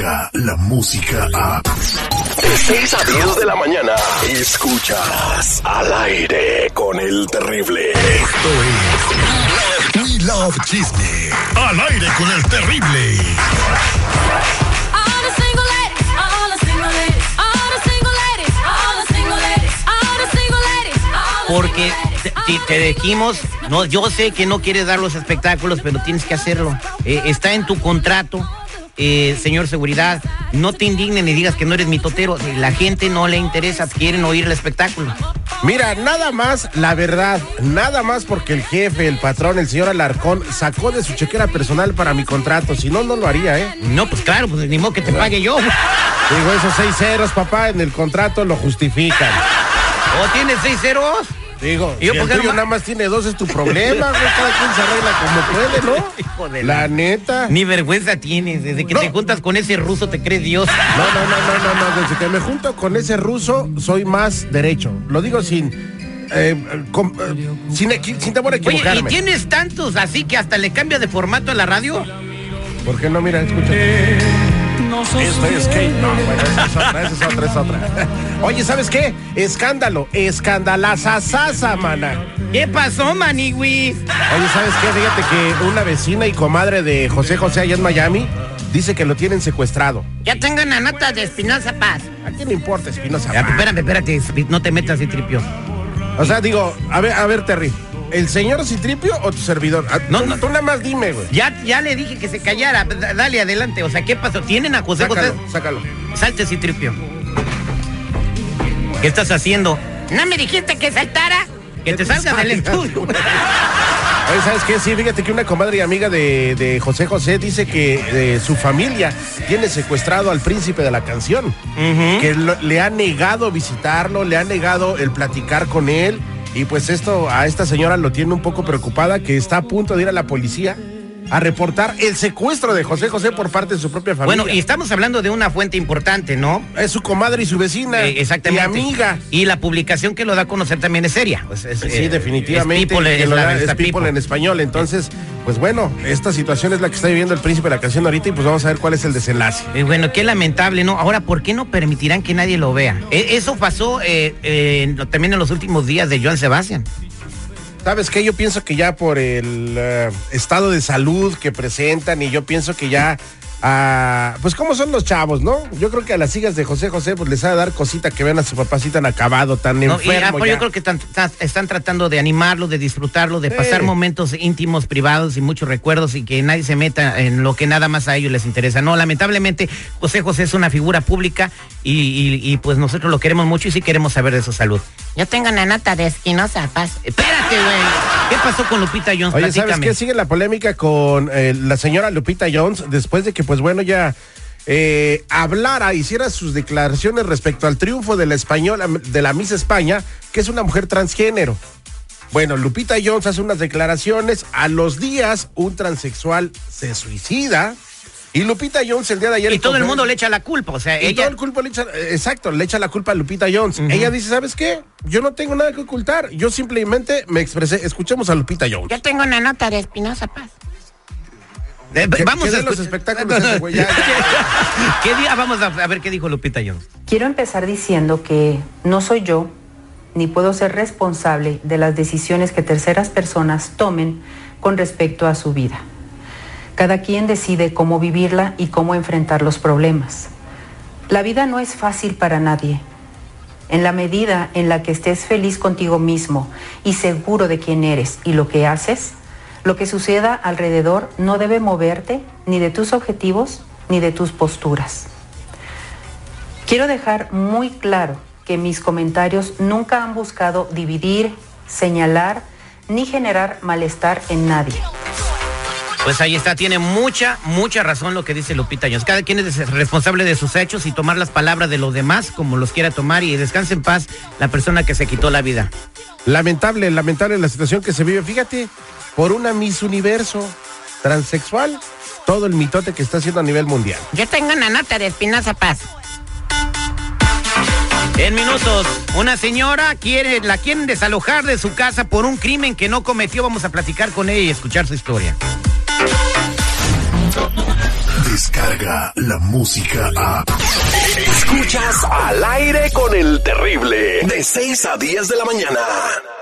llega la música a... De 6 a 10 de la mañana, escuchas Al Aire con el Terrible. Esto es We Love Chisme. Al Aire con el Terrible. Porque te dijimos, no, yo sé que no quieres dar los espectáculos, pero tienes que hacerlo. Está en tu contrato, señor seguridad. No te indignes ni digas que no eres mitotero. La gente no le interesa, quieren oír el espectáculo. Mira, nada más, la verdad, nada más porque el jefe, el patrón, el señor Alarcón, sacó de su chequera personal para mi contrato. Si no, no lo haría, ¿eh? No, pues claro, pues ni modo que te pague yo. Digo, esos 6 ceros, papá, en el contrato lo justifican. ¿O tienes 6 ceros? Digo, ¿Y yo si el tuyo nada más tiene 2 es tu problema, güey. Cada quien se arregla como puede, ¿no? Hijo de la neta. Ni vergüenza tienes. Desde que te juntas con ese ruso te crees Dios. No. Desde que me junto con ese ruso soy más derecho. Lo digo sin temor a equivocarme. Oye, ¿y tienes tantos así que hasta le cambia de formato a la radio? ¿Por qué no? Mira, escucha. Esto es que no, bueno, esa es otra. Oye, ¿sabes qué? Escándalo, escandalazazasa, mana. ¿Qué pasó, maniwis? Oye, ¿sabes qué? Fíjate que una vecina y comadre de José José allá en Miami dice que lo tienen secuestrado. Ya tengan la nota de Espinosa Paz. ¿A quién le importa Espinosa Paz? Espérate, no te metas en tripio. O sea, digo, a ver, Terry. ¿El señor Citripio o tu servidor? No, tú nada más dime, güey. Ya le dije que se callara. Dale, adelante. O sea, ¿qué pasó? ¿Tienen a José José? Sácalo. Salte, Citripio. ¿Qué estás haciendo? ¿No me dijiste que saltara? Que te salga del estudio. Oye, ¿sabes qué? Sí, fíjate que una comadre y amiga de José José dice que su familia tiene secuestrado al príncipe de la canción. Que le ha negado visitarlo, le ha negado el platicar con él. Y pues esto a esta señora lo tiene un poco preocupada, que está a punto de ir a la policía a reportar el secuestro de José José por parte de su propia familia. Bueno, y estamos hablando de una fuente importante, ¿no? Es su comadre y su vecina. Exactamente. Y amiga. Y la publicación que lo da a conocer también es seria. Pues sí, definitivamente. Es People en español. Entonces, pues bueno, esta situación es la que está viviendo el príncipe de la canción ahorita y pues vamos a ver cuál es el desenlace. Bueno, qué lamentable, ¿no? Ahora, ¿por qué no permitirán que nadie lo vea? Eso pasó también en los últimos días de Joan Sebastián. ¿Sabes qué? Yo pienso que ya por el estado de salud que presentan y yo pienso que ya, pues cómo son los chavos, ¿no? Yo creo que a las hijas de José José pues les ha de dar cosita que vean a su papá así tan acabado, tan enfermo. Yo creo que están tratando de animarlo, de disfrutarlo, de pasar momentos íntimos, privados y muchos recuerdos y que nadie se meta en lo que nada más a ellos les interesa. No, lamentablemente José José es una figura pública y pues nosotros lo queremos mucho y sí queremos saber de su salud. Yo tengo una nota de Espinosa Paz. Espérate, güey. ¿Qué pasó con Lupita Jones? Oye, ¿sabes qué? Sigue la polémica con la señora Lupita Jones después de que, pues bueno, ya hiciera sus declaraciones respecto al triunfo de la Miss España, que es una mujer transgénero. Bueno, Lupita Jones hace unas declaraciones, a los días un transexual se suicida. Y Lupita Jones el día de ayer... Y todo el mundo le echa la culpa, o sea, ella... le echa la culpa a Lupita Jones. Ella dice, ¿sabes qué? Yo no tengo nada que ocultar. Yo simplemente me expresé. Escuchemos a Lupita Jones. Yo tengo una nota de Espinosa Paz. Vamos a los espectáculos. ¿Qué día? Vamos a ver qué dijo Lupita Jones. Quiero empezar diciendo que no soy yo, ni puedo ser responsable de las decisiones que terceras personas tomen con respecto a su vida. Cada quien decide cómo vivirla y cómo enfrentar los problemas. La vida no es fácil para nadie. En la medida en la que estés feliz contigo mismo y seguro de quién eres y lo que haces, lo que suceda alrededor no debe moverte ni de tus objetivos ni de tus posturas. Quiero dejar muy claro que mis comentarios nunca han buscado dividir, señalar ni generar malestar en nadie. Pues ahí está, tiene mucha razón lo que dice Lupita Jones. Cada quien es responsable de sus hechos y tomar las palabras de los demás como los quiera tomar y descanse en paz la persona que se quitó la vida. Lamentable la situación que se vive. Fíjate, por una Miss Universo transexual, todo el mitote que está haciendo a nivel mundial. Yo tengo una nota de Espinosa Paz. En minutos, una señora la quieren desalojar de su casa por un crimen que no cometió. Vamos a platicar con ella y escuchar su historia. De Descarga la música a... Escuchas Al Aire con el Terrible, de 6 a 10 de la mañana.